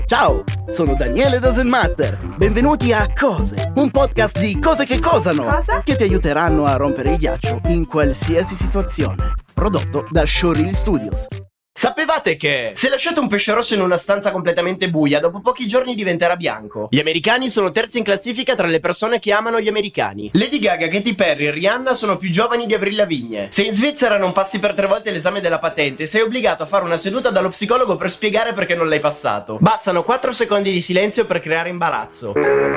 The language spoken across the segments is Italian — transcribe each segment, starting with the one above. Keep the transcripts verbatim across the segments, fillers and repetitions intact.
Ciao, sono Daniele Doesn't Matter. Benvenuti a Cose, un podcast di cose che cosano, Cosa? che ti aiuteranno a rompere il ghiaccio in qualsiasi situazione. Prodotto da Showreel Studios. Sapevate che se lasciate un pesce rosso in una stanza completamente buia, dopo pochi giorni diventerà bianco? Gli americani sono terzi in classifica tra le persone che amano gli americani. Lady Gaga, Katy Perry e Rihanna sono più giovani di Avril Lavigne. Se in Svizzera non passi per tre volte l'esame della patente, sei obbligato a fare una seduta dallo psicologo per spiegare perché non l'hai passato. Bastano quattro secondi di silenzio per creare imbarazzo.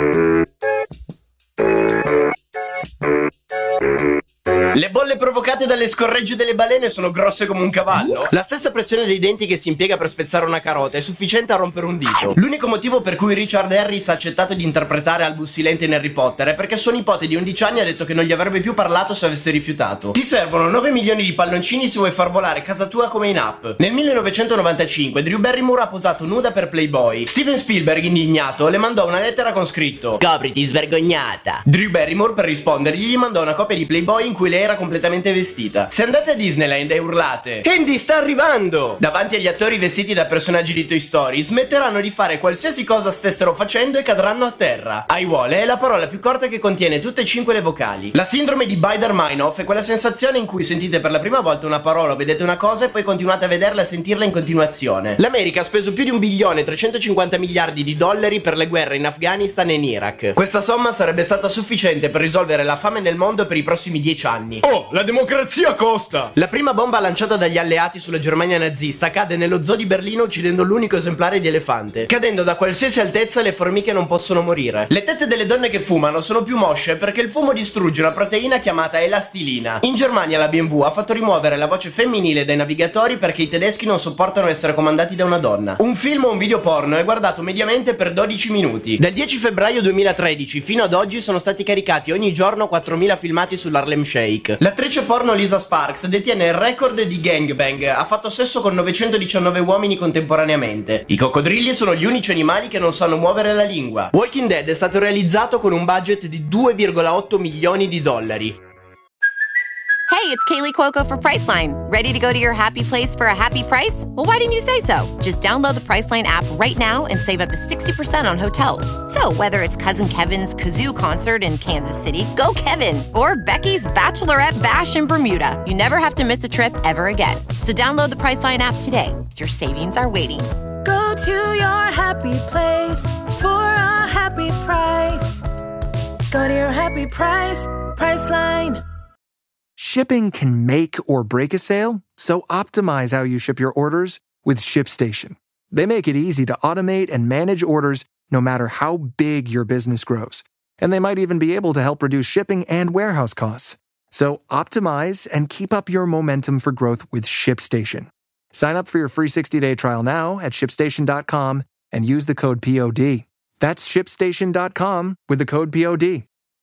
Le bolle provocate dalle scorregge delle balene sono grosse come un cavallo. La stessa pressione dei denti che si impiega per spezzare una carota è sufficiente a rompere un dito. L'unico motivo per cui Richard Harris ha accettato di interpretare Albus Silente in Harry Potter è perché suo nipote di undici anni ha detto che non gli avrebbe più parlato se avesse rifiutato. Ti servono nove milioni di palloncini se vuoi far volare casa tua come in Up. Nel millenovecentonovantacinque Drew Barrymore ha posato nuda per Playboy. Steven Spielberg, indignato, le mandò una lettera con scritto: "Copriti, svergognata". Drew Barrymore, per rispondergli, gli mandò una copia di Playboy in cui lei era completamente vestita. Se andate a Disneyland e urlate "Andy sta arrivando!" davanti agli attori vestiti da personaggi di Toy Story, smetteranno di fare qualsiasi cosa stessero facendo e cadranno a terra. Aiuole è la parola più corta che contiene tutte e cinque le vocali. La sindrome di Bieder-Meinhof è quella sensazione in cui sentite per la prima volta una parola o vedete una cosa e poi continuate a vederla e sentirla in continuazione. L'America ha speso più di un bilione e trecentocinquanta miliardi di dollari per le guerre in Afghanistan e in Iraq. Questa somma sarebbe stata sufficiente per risolvere la fame nel mondo per i prossimi dieci anni. Oh, la democrazia costa! La prima bomba lanciata dagli alleati sulla Germania nazista cade nello zoo di Berlino uccidendo l'unico esemplare di elefante. Cadendo da qualsiasi altezza le formiche non possono morire. Le tette delle donne che fumano sono più mosce perché il fumo distrugge una proteina chiamata elastilina. In Germania la B M W ha fatto rimuovere la voce femminile dai navigatori perché i tedeschi non sopportano essere comandati da una donna. Un film o un video porno è guardato mediamente per dodici minuti. Dal dieci febbraio duemilatredici fino ad oggi sono stati caricati ogni giorno quattromila filmati sull'Harlem Shake. L'attrice porno Lisa Sparks detiene il record di gangbang, ha fatto sesso con novecentodiciannove uomini contemporaneamente. I coccodrilli sono gli unici animali che non sanno muovere la lingua. Walking Dead è stato realizzato con un budget di due virgola otto milioni di dollari. Hey, it's Kaylee Cuoco for Priceline. Ready to go to your happy place for a happy price? Well, why didn't you say so? Just download the Priceline app right now and save up to sixty percent on hotels. So, whether it's Cousin Kevin's Kazoo Concert in Kansas City, go Kevin, or Becky's Bachelorette Bash in Bermuda, you never have to miss a trip ever again. So download the Priceline app today. Your savings are waiting. Go to your happy place for a happy price. Go to your happy price, Priceline. Shipping can make or break a sale, so optimize how you ship your orders with ShipStation. They make it easy to automate and manage orders no matter how big your business grows. And they might even be able to help reduce shipping and warehouse costs. So optimize and keep up your momentum for growth with ShipStation. Sign up for your free sixty-day trial now at ship station dot com and use the code P O D. That's ship station dot com with the code P O D.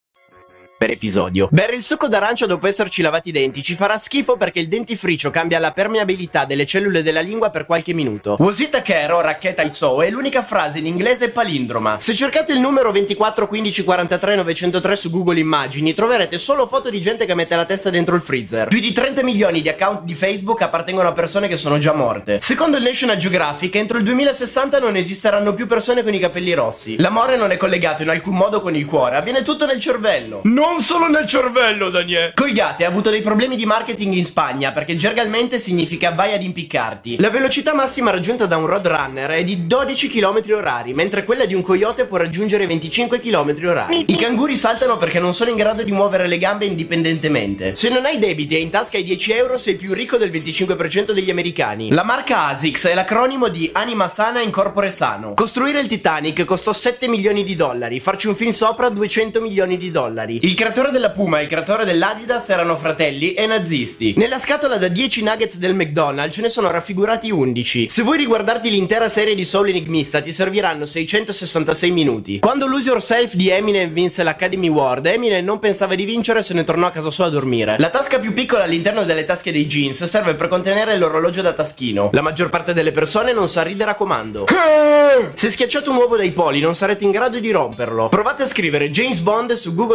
Per episodio. Bere il succo d'arancia dopo esserci lavati i denti ci farà schifo perché il dentifricio cambia la permeabilità delle cellule della lingua per qualche minuto. Was it a care o racchetta il so è l'unica frase in inglese palindroma. Se cercate il numero ventiquattro quindici quarantatré novecentotré su Google Immagini troverete solo foto di gente che mette la testa dentro il freezer. Più di trenta milioni di account di Facebook appartengono a persone che sono già morte. Secondo il National Geographic entro il duemilasessanta non esisteranno più persone con i capelli rossi. L'amore non è collegato in alcun modo con il cuore, avviene tutto nel cervello. Non solo nel cervello, Daniele. Colgate ha avuto dei problemi di marketing in Spagna perché gergalmente significa vai ad impiccarti. La velocità massima raggiunta da un roadrunner è di dodici chilometri orari, mentre quella di un coyote può raggiungere venticinque chilometri orari. I canguri saltano perché non sono in grado di muovere le gambe indipendentemente. Se non hai debiti e in tasca i dieci euro sei più ricco del venticinque per cento degli americani. La marca ASICS è l'acronimo di Anima Sana in Corpore Sano. Costruire il Titanic costò sette milioni di dollari, farci un film sopra duecento milioni di dollari. Il creatore della Puma e il creatore dell'Adidas erano fratelli e nazisti. Nella scatola da dieci nuggets del McDonald's ce ne sono raffigurati undici. Se vuoi riguardarti l'intera serie di Soul Enigmista ti serviranno seicentosessantasei minuti. Quando Lose Yourself di Eminem vinse l'Academy Award, Eminem non pensava di vincere e se ne tornò a casa sua a dormire. La tasca più piccola all'interno delle tasche dei jeans serve per contenere l'orologio da taschino. La maggior parte delle persone non sa ridere a comando. Se schiacciate un uovo dai poli non sarete in grado di romperlo. Provate a scrivere James Bond su Google Translate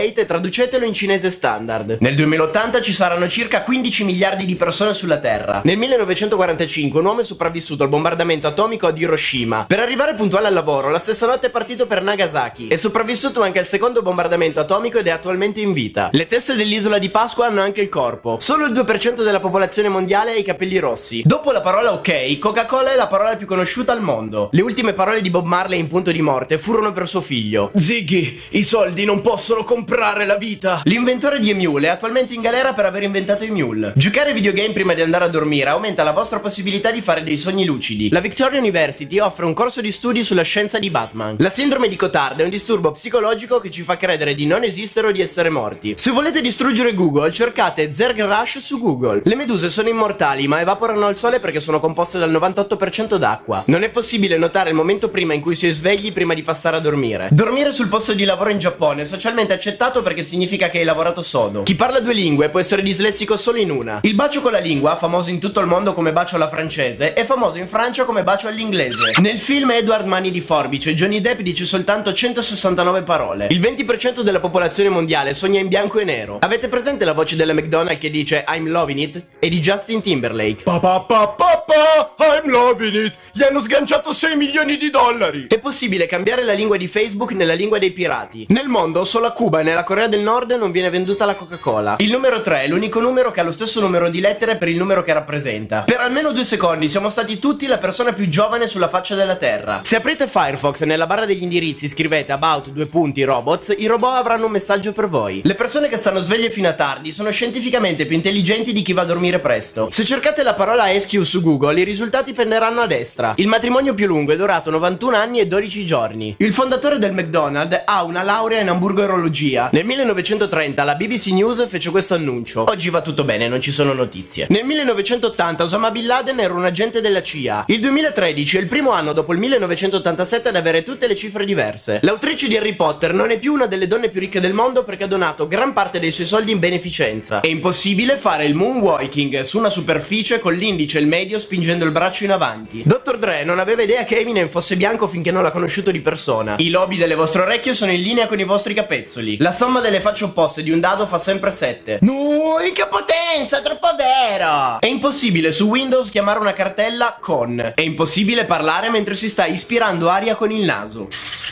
duemilaotto e traducetelo in cinese standard. Nel duemilaottanta ci saranno circa quindici miliardi di persone sulla Terra. Nel millenovecentoquarantacinque un uomo è sopravvissuto al bombardamento atomico ad Hiroshima. Per arrivare puntuale al lavoro, la stessa notte è partito per Nagasaki. È sopravvissuto anche al secondo bombardamento atomico ed è attualmente in vita. Le teste dell'isola di Pasqua hanno anche il corpo. Solo il due per cento della popolazione mondiale ha i capelli rossi. Dopo la parola ok, Coca-Cola è la parola più conosciuta al mondo. Le ultime parole di Bob Marley in punto di morte furono per suo figlio. Ziggy, i soldi non possono comprare la vita. L'inventore di Emule è attualmente in galera per aver inventato i mule. Giocare ai videogame prima di andare a dormire aumenta la vostra possibilità di fare dei sogni lucidi. La Victoria University offre un corso di studi sulla scienza di Batman. La sindrome di Cotard è un disturbo psicologico che ci fa credere di non esistere o di essere morti. Se volete distruggere Google, cercate Zerg Rush su Google. Le meduse sono immortali, ma evaporano al sole perché sono composte dal novantotto per cento d'acqua. Non è possibile notare il momento prima in cui si è svegli prima di passare a dormire. Dormire sul posto di lavoro in Giappone è socialmente accettato perché significa che hai lavorato sodo. Chi parla due lingue può essere dislessico solo in una. Il bacio con la lingua, famoso in tutto il mondo come bacio alla francese, è famoso in Francia come bacio all'inglese. Nel film Edward Mani di Forbice, Johnny Depp dice soltanto centosessantanove parole. Il venti per cento della popolazione mondiale sogna in bianco e nero. Avete presente la voce della McDonald's che dice I'm loving it? E di Justin Timberlake. Pa pa pa pa pa, I'm loving it. Gli hanno sganciato sei milioni di dollari. È possibile cambiare la lingua di Facebook nella lingua dei pirati. Nel mondo solo a Cuba e nella Corea del Nord non viene venduta la Coca-Cola. Il numero tre è l'unico numero che ha lo stesso numero di lettere per il numero che rappresenta. Per almeno due secondi siamo stati tutti la persona più giovane sulla faccia della Terra. Se aprite Firefox e nella barra degli indirizzi scrivete about due punti robots, i robot avranno un messaggio per voi. Le persone che stanno sveglie fino a tardi sono scientificamente più intelligenti di chi va a dormire presto. Se cercate la parola S Q su Google, i risultati penderanno a destra. Il matrimonio più lungo è durato novantuno anni e dodici giorni. Il fondatore del McDonald's ha una laurea in hamburgerologia. Nel millenovecentotrenta la B B C News fece questo annuncio: oggi va tutto bene, non ci sono notizie. Nel millenovecentottanta Osama Bin Laden era un agente della C I A. Il duemilatredici è il primo anno dopo il millenovecentottantasette ad avere tutte le cifre diverse. L'autrice di Harry Potter non è più una delle donne più ricche del mondo perché ha donato gran parte dei suoi soldi in beneficenza. È impossibile fare il moonwalking su una superficie con l'indice e il medio spingendo il braccio in avanti. doctor Dre non aveva idea che Eminem fosse bianco finché non l'ha conosciuto di persona. I lobi delle vostre orecchie sono in linea con i vostri capezzoli. La somma delle facce opposte di un dado fa sempre sette. No, che potenza, troppo vero! È impossibile su Windows chiamare una cartella con. È impossibile parlare mentre si sta ispirando aria con il naso.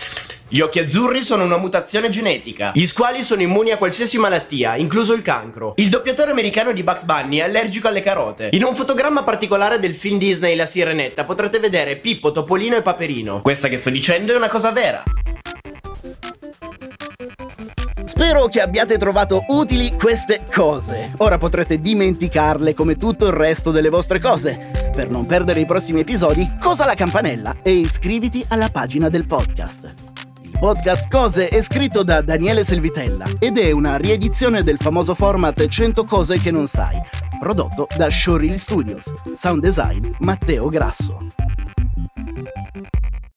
Gli occhi azzurri sono una mutazione genetica. Gli squali sono immuni a qualsiasi malattia, incluso il cancro. Il doppiatore americano di Bugs Bunny è allergico alle carote. In un fotogramma particolare del film Disney La Sirenetta potrete vedere Pippo, Topolino e Paperino. Questa che sto dicendo è una cosa vera. Spero che abbiate trovato utili queste cose. Ora potrete dimenticarle come tutto il resto delle vostre cose. Per non perdere i prossimi episodi, cosa la campanella e iscriviti alla pagina del podcast. Il podcast Cose è scritto da Daniele Selvitella ed è una riedizione del famoso format cento cose che non sai, prodotto da Showreel Studios. Sound design Matteo Grasso.